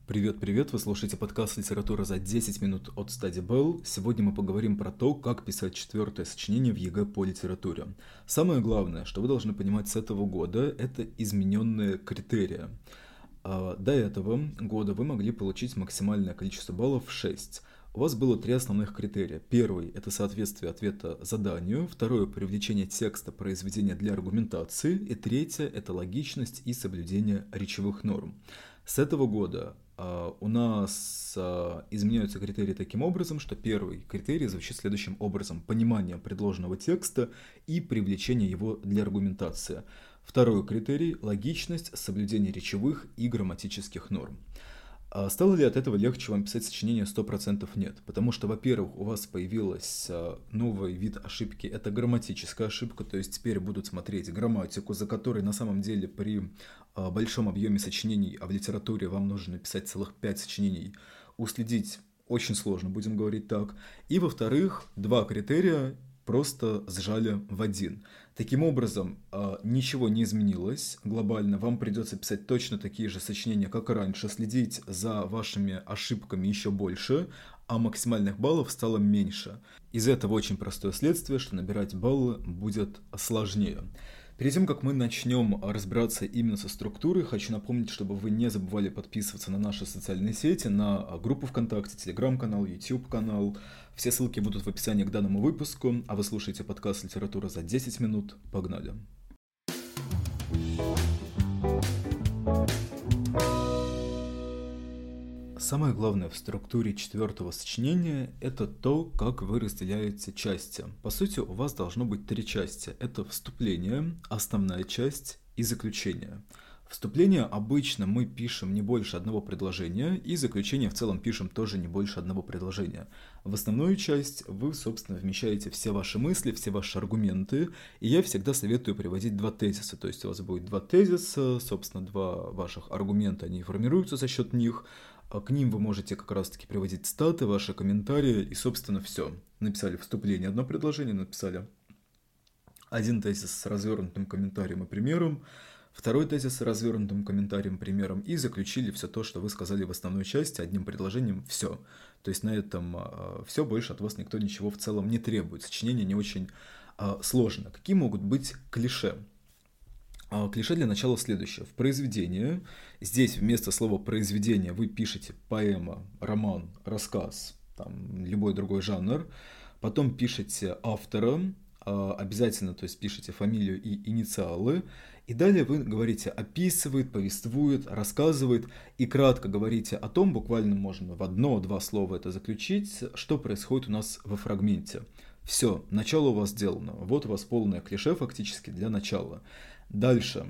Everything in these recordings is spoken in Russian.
Привет-привет, вы слушаете подкаст «Литература за 10 минут» от Study Bell. Сегодня мы поговорим про то, как писать четвертое сочинение в ЕГЭ по литературе. Самое главное, что вы должны понимать с этого года, это измененные критерии. До этого года вы могли получить максимальное количество баллов 6. У вас было три основных критерия. Первый – это соответствие ответа заданию. Второе – привлечение текста произведения для аргументации. И третье – это логичность и соблюдение речевых норм. С этого года у нас изменяются критерии таким образом, что первый критерий звучит следующим образом: понимание предложенного текста и привлечение его для аргументации. Второй критерий – логичность, соблюдение речевых и грамматических норм. Стало ли от этого легче вам писать сочинение? 100% нет. Потому что, во-первых, у вас появился новый вид ошибки, это грамматическая ошибка, то есть теперь будут смотреть грамматику, за которой на самом деле при большом объеме сочинений, а в литературе вам нужно написать целых 5 сочинений, уследить очень сложно, будем говорить так. И, во-вторых, два критерия просто сжали в один. Таким образом, ничего не изменилось глобально, вам придется писать точно такие же сочинения, как и раньше, следить за вашими ошибками еще больше, а максимальных баллов стало меньше. Из этого очень простое следствие, что набирать баллы будет сложнее. Перед тем, как мы начнем разбираться именно со структурой, хочу напомнить, чтобы вы не забывали подписываться на наши социальные сети, на группу ВКонтакте, Телеграм-канал, YouTube-канал. Все ссылки будут в описании к данному выпуску, а вы слушаете подкаст «Литература за 10 минут». Погнали! Самое главное в структуре четвертого сочинения – это то, как вы разделяете части. По сути, у вас должно быть три части. Это вступление, основная часть и заключение. Вступление обычно мы пишем не больше одного предложения, и заключение в целом пишем тоже не больше одного предложения. В основную часть вы, собственно, вмещаете все ваши мысли, все ваши аргументы, и я всегда советую приводить два тезиса. То есть у вас будет два тезиса, собственно, два ваших аргумента, они формируются за счет них. К ним вы можете как раз-таки приводить цитаты, ваши комментарии, и, собственно, все. Написали вступление, одно предложение, написали один тезис с развернутым комментарием и примером, второй тезис с развернутым комментарием и примером, и заключили все то, что вы сказали в основной части, одним предложением, все. То есть на этом все, больше от вас никто ничего в целом не требует. Сочинение не очень сложно. Какие могут быть клише? Клише для начала следующее. В произведении, здесь вместо слова «произведение» вы пишете поэма, роман, рассказ, там, любой другой жанр, потом пишете автора, обязательно, то есть пишете фамилию и инициалы, и далее вы говорите «описывает», «повествует», «рассказывает», и кратко говорите о том, буквально можно в одно-два слова это заключить, что происходит у нас во фрагменте. Все, начало у вас сделано, вот у вас полное клише фактически для начала. Дальше.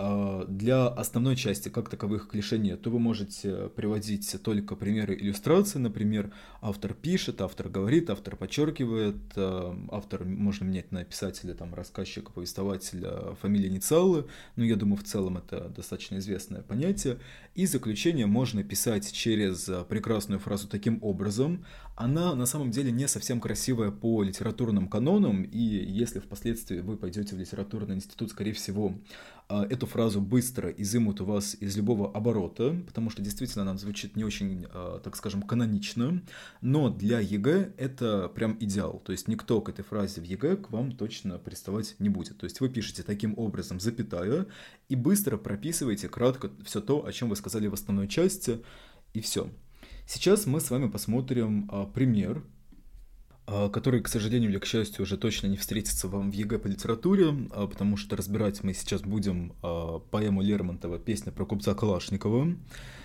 Для основной части как таковых клише нет, то вы можете приводить только примеры иллюстраций, например, автор пишет, автор говорит, автор подчеркивает, автор можно менять на писателя, там, рассказчика, повествователя, фамилии, инициалы, но я думаю, в целом это достаточно известное понятие. И заключение можно писать через прекрасную фразу таким образом. Она на самом деле не совсем красивая по литературным канонам, и если впоследствии вы пойдете в литературный институт, скорее всего, эту фразу быстро изымут у вас из любого оборота, потому что действительно она звучит не очень, так скажем, канонично, но для ЕГЭ это прям идеал, то есть никто к этой фразе в ЕГЭ к вам точно приставать не будет, то есть вы пишете таким образом запятая и быстро прописываете кратко все то, о чем вы сказали в основной части, и все. Сейчас мы с вами посмотрим пример, который, к сожалению или к счастью, уже точно не встретится вам в ЕГЭ по литературе, потому что разбирать мы сейчас будем поэму Лермонтова «Песня про купца Калашникова».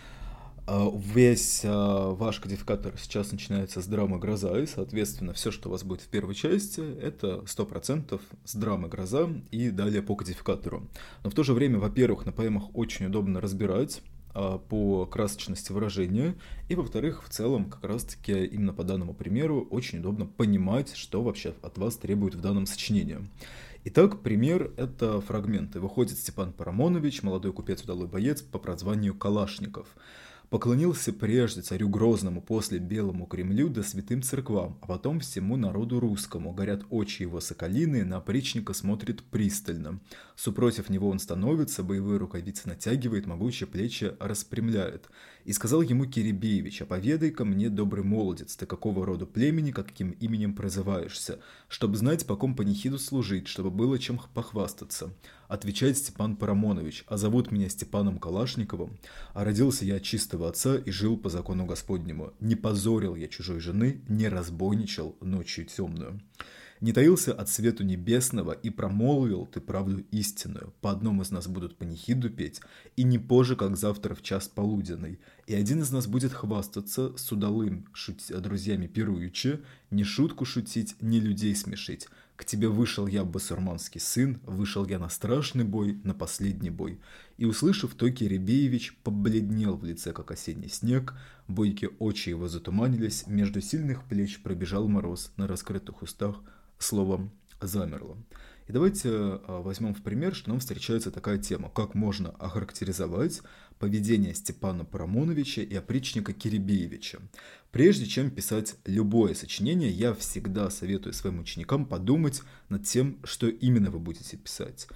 Весь ваш кодификатор сейчас начинается с драмы «Гроза», и, соответственно, все, что у вас будет в первой части, это 100% с драмы «Гроза» и далее по кодификатору. Но в то же время, во-первых, на поэмах очень удобно разбирать по красочности выражения, и, во-вторых, в целом, как раз-таки именно по данному примеру очень удобно понимать, что вообще от вас требует в данном сочинении. Итак, пример – это фрагменты. Выходит Степан Парамонович, молодой купец, удалой боец по прозванию Калашников. Поклонился прежде царю Грозному, после Белому Кремлю да святым церквам, а потом всему народу русскому. Горят очи его соколиные, на опричника смотрит пристально. Супротив него он становится, боевые рукавицы натягивает, могучие плечи распрямляет. И сказал ему Киребеевич: «Оповедай-ка мне, добрый молодец, ты какого рода племени, каким именем прозываешься, чтобы знать, по ком панихиду служить, чтобы было чем похвастаться». Отвечает Степан Парамонович: «А зовут меня Степаном Калашниковым, а родился я от чистого отца и жил по закону Господнему. Не позорил я чужой жены, не разбойничал ночью темную. Не таился от свету небесного, и промолвил ты правду истинную. По одному из нас будут панихиду петь, и не позже, как завтра в час полуденный. И один из нас будет хвастаться с удалым друзьями пируючи, ни шутку шутить, ни людей смешить. К тебе вышел я, басурманский сын, вышел я на страшный бой, на последний бой». И, услышав то, Киребеевич побледнел в лице, как осенний снег, бойкие очи его затуманились, между сильных плеч пробежал мороз, на раскрытых устах словом замерло. И давайте возьмем в пример, что нам встречается такая тема: как можно охарактеризовать поведение Степана Парамоновича и опричника Киребеевича. Прежде чем писать любое сочинение, я всегда советую своим ученикам подумать над тем, что именно вы будете писать.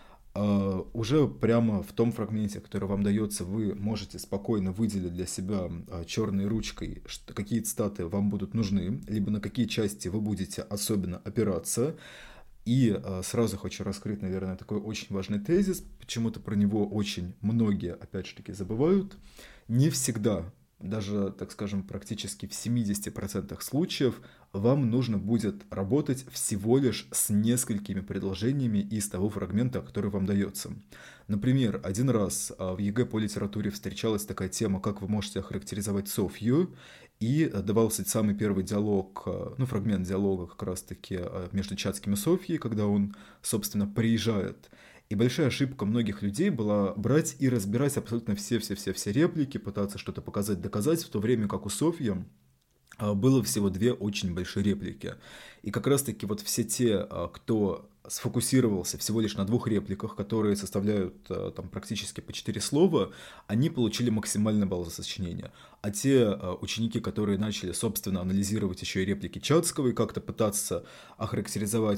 Уже прямо в том фрагменте, который вам дается, вы можете спокойно выделить для себя черной ручкой, какие цитаты вам будут нужны, либо на какие части вы будете особенно опираться. И сразу хочу раскрыть, наверное, такой очень важный тезис, почему-то про него очень многие, опять же таки, забывают. Не всегда, даже, так скажем, практически в 70% случаев вам нужно будет работать всего лишь с несколькими предложениями из того фрагмента, который вам дается. Например, один раз в ЕГЭ по литературе встречалась такая тема, как вы можете охарактеризовать Софью, и давался самый первый диалог, фрагмент диалога как раз-таки между Чацким и Софьей, когда он, собственно, приезжает. И большая ошибка многих людей была брать и разбирать абсолютно все реплики, пытаться что-то показать, доказать, в то время как у Софьи было всего две очень большие реплики. И как раз-таки вот все те, кто сфокусировался всего лишь на двух репликах, которые составляют там практически по 4 слова, они получили максимальный балл за сочинение. А те ученики, которые начали, собственно, анализировать еще и реплики Чацкого и как-то пытаться охарактеризовать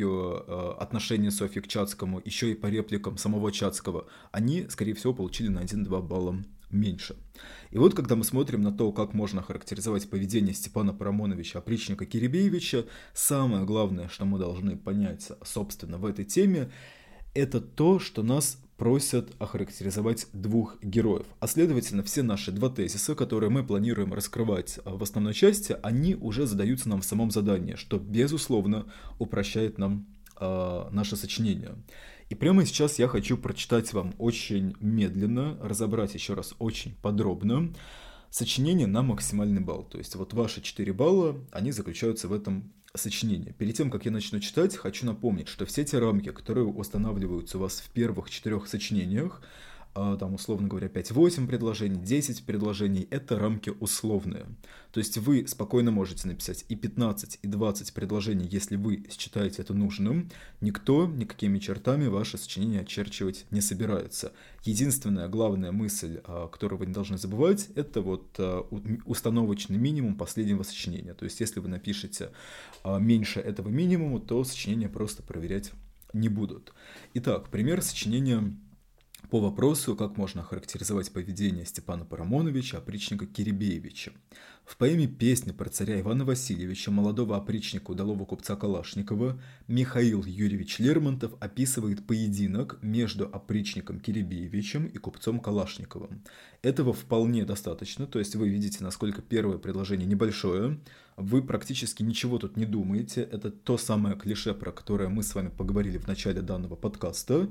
Софью, отношение Софьи к Чацкому еще и по репликам самого Чацкого, они, скорее всего, получили на 1-2 балла меньше. И вот когда мы смотрим на то, как можно характеризовать поведение Степана Парамоновича, опричника Киребеевича, самое главное, что мы должны понять, собственно, в этой теме, это то, что нас просят охарактеризовать двух героев. А следовательно, все наши два тезиса, которые мы планируем раскрывать в основной части, они уже задаются нам в самом задании, что, безусловно, упрощает нам наше сочинение. И прямо сейчас я хочу прочитать вам очень медленно, разобрать еще раз очень подробно сочинение на максимальный балл. То есть вот ваши 4 балла, они заключаются в этом сочинении. Перед тем, как я начну читать, хочу напомнить, что все те рамки, которые устанавливаются у вас в первых 4 сочинениях, там, условно говоря, 5-8 предложений, 10 предложений, это рамки условные. То есть вы спокойно можете написать и 15, и 20 предложений, если вы считаете это нужным. Никто никакими чертами ваше сочинение очерчивать не собирается. Единственная главная мысль, которую вы не должны забывать, это вот установочный минимум последнего сочинения. То есть если вы напишете меньше этого минимума, то сочинения просто проверять не будут. Итак, пример сочинения по вопросу, как можно охарактеризовать поведение Степана Парамоновича, опричника Киребеевича. В поэме «Песня про царя Ивана Васильевича», молодого опричника удалого купца Калашникова, Михаил Юрьевич Лермонтов описывает поединок между опричником Киребеевичем и купцом Калашниковым. Этого вполне достаточно, то есть вы видите, насколько первое предложение небольшое, вы практически ничего тут не думаете, это то самое клише, про которое мы с вами поговорили в начале данного подкаста.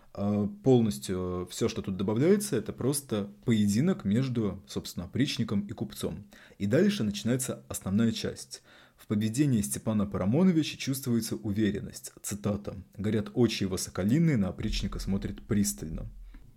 Полностью все, что тут добавляется, это просто поединок между, собственно, опричником и купцом. И дальше начинается основная часть. В поведении Степана Парамоновича чувствуется уверенность. Цитата. «Горят очи его соколиные, на опричника смотрит пристально».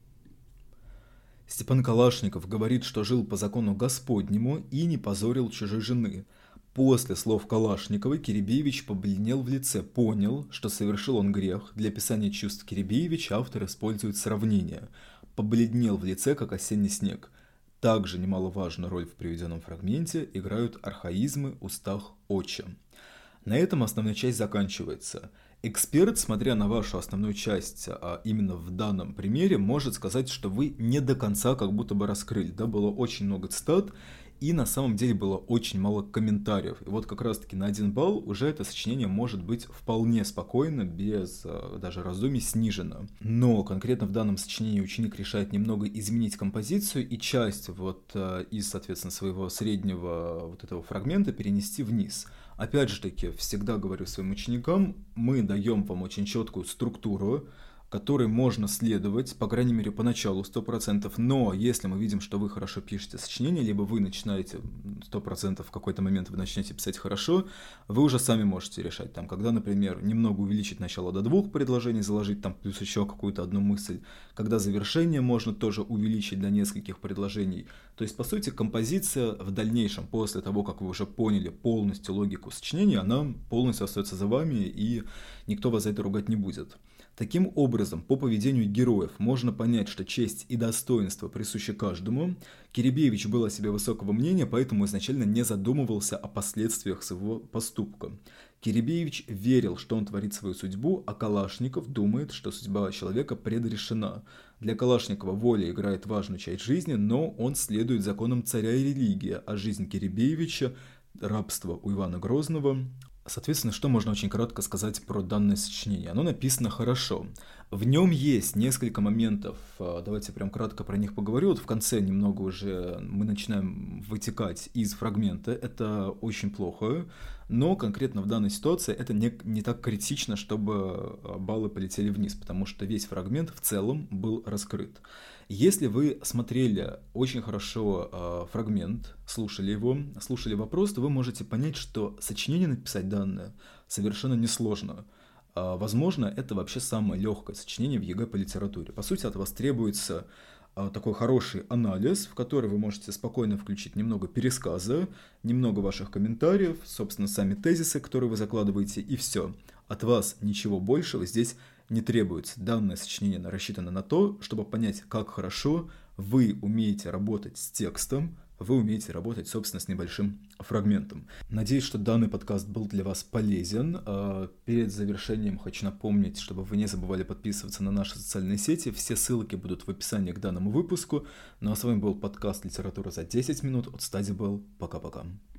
Степан Калашников говорит, что жил по закону Господнему и не позорил чужой жены. После слов Калашникова Киребеевич побледнел в лице, понял, что совершил он грех. Для описания чувств Киребеевича автор использует сравнение. Побледнел в лице, как осенний снег. Также немаловажную роль в приведенном фрагменте играют архаизмы, устах, очи. На этом основная часть заканчивается. Эксперт, смотря на вашу основную часть, именно в данном примере, может сказать, что вы не до конца как будто бы раскрыли. Да, было очень много цитат, и на самом деле было очень мало комментариев. И вот как раз-таки на 1 балл уже это сочинение может быть вполне спокойно, без даже раздумий снижено. Но конкретно в данном сочинении ученик решает немного изменить композицию и часть вот из, соответственно, своего среднего вот этого фрагмента перенести вниз. Опять же таки, всегда говорю своим ученикам, мы даем вам очень четкую структуру, которой можно следовать, по крайней мере, поначалу 100%, но если мы видим, что вы хорошо пишете сочинение, либо вы начинаете 100%, в какой-то момент вы начнете писать хорошо, вы уже сами можете решать, там, когда, например, немного увеличить начало до 2 предложений, заложить там плюс еще какую-то одну мысль, когда завершение можно тоже увеличить до нескольких предложений. То есть, по сути, композиция в дальнейшем, после того, как вы уже поняли полностью логику сочинения, она полностью остается за вами, и никто вас за это ругать не будет. Таким образом, по поведению героев можно понять, что честь и достоинство присущи каждому. Киребеевич был о себе высокого мнения, поэтому изначально не задумывался о последствиях своего поступка. Киребеевич верил, что он творит свою судьбу, а Калашников думает, что судьба человека предрешена. Для Калашникова воля играет важную часть жизни, но он следует законам царя и религии, а жизнь Киребеевича – рабство у Ивана Грозного. Соответственно, что можно очень кратко сказать про данное сочинение? Оно написано хорошо. В нем есть несколько моментов, давайте прям кратко про них поговорю. Вот в конце немного уже мы начинаем вытекать из фрагмента. Это очень плохо, но конкретно в данной ситуации это не так критично, чтобы баллы полетели вниз, потому что весь фрагмент в целом был раскрыт. Если вы смотрели очень хорошо фрагмент, слушали его, слушали вопрос, то вы можете понять, что сочинение написать данное совершенно несложно. Возможно, это вообще самое легкое сочинение в ЕГЭ по литературе. По сути, от вас требуется такой хороший анализ, в который вы можете спокойно включить немного пересказа, немного ваших комментариев, собственно, сами тезисы, которые вы закладываете, и все. От вас ничего большего здесь не требуется. Данное сочинение рассчитано на то, чтобы понять, как хорошо вы умеете работать с текстом, вы умеете работать, собственно, с небольшим фрагментом. Надеюсь, что данный подкаст был для вас полезен. Перед завершением хочу напомнить, чтобы вы не забывали подписываться на наши социальные сети. Все ссылки будут в описании к данному выпуску. Ну а с вами был подкаст «Литература за 10 минут» от Стадибелл. Пока-пока.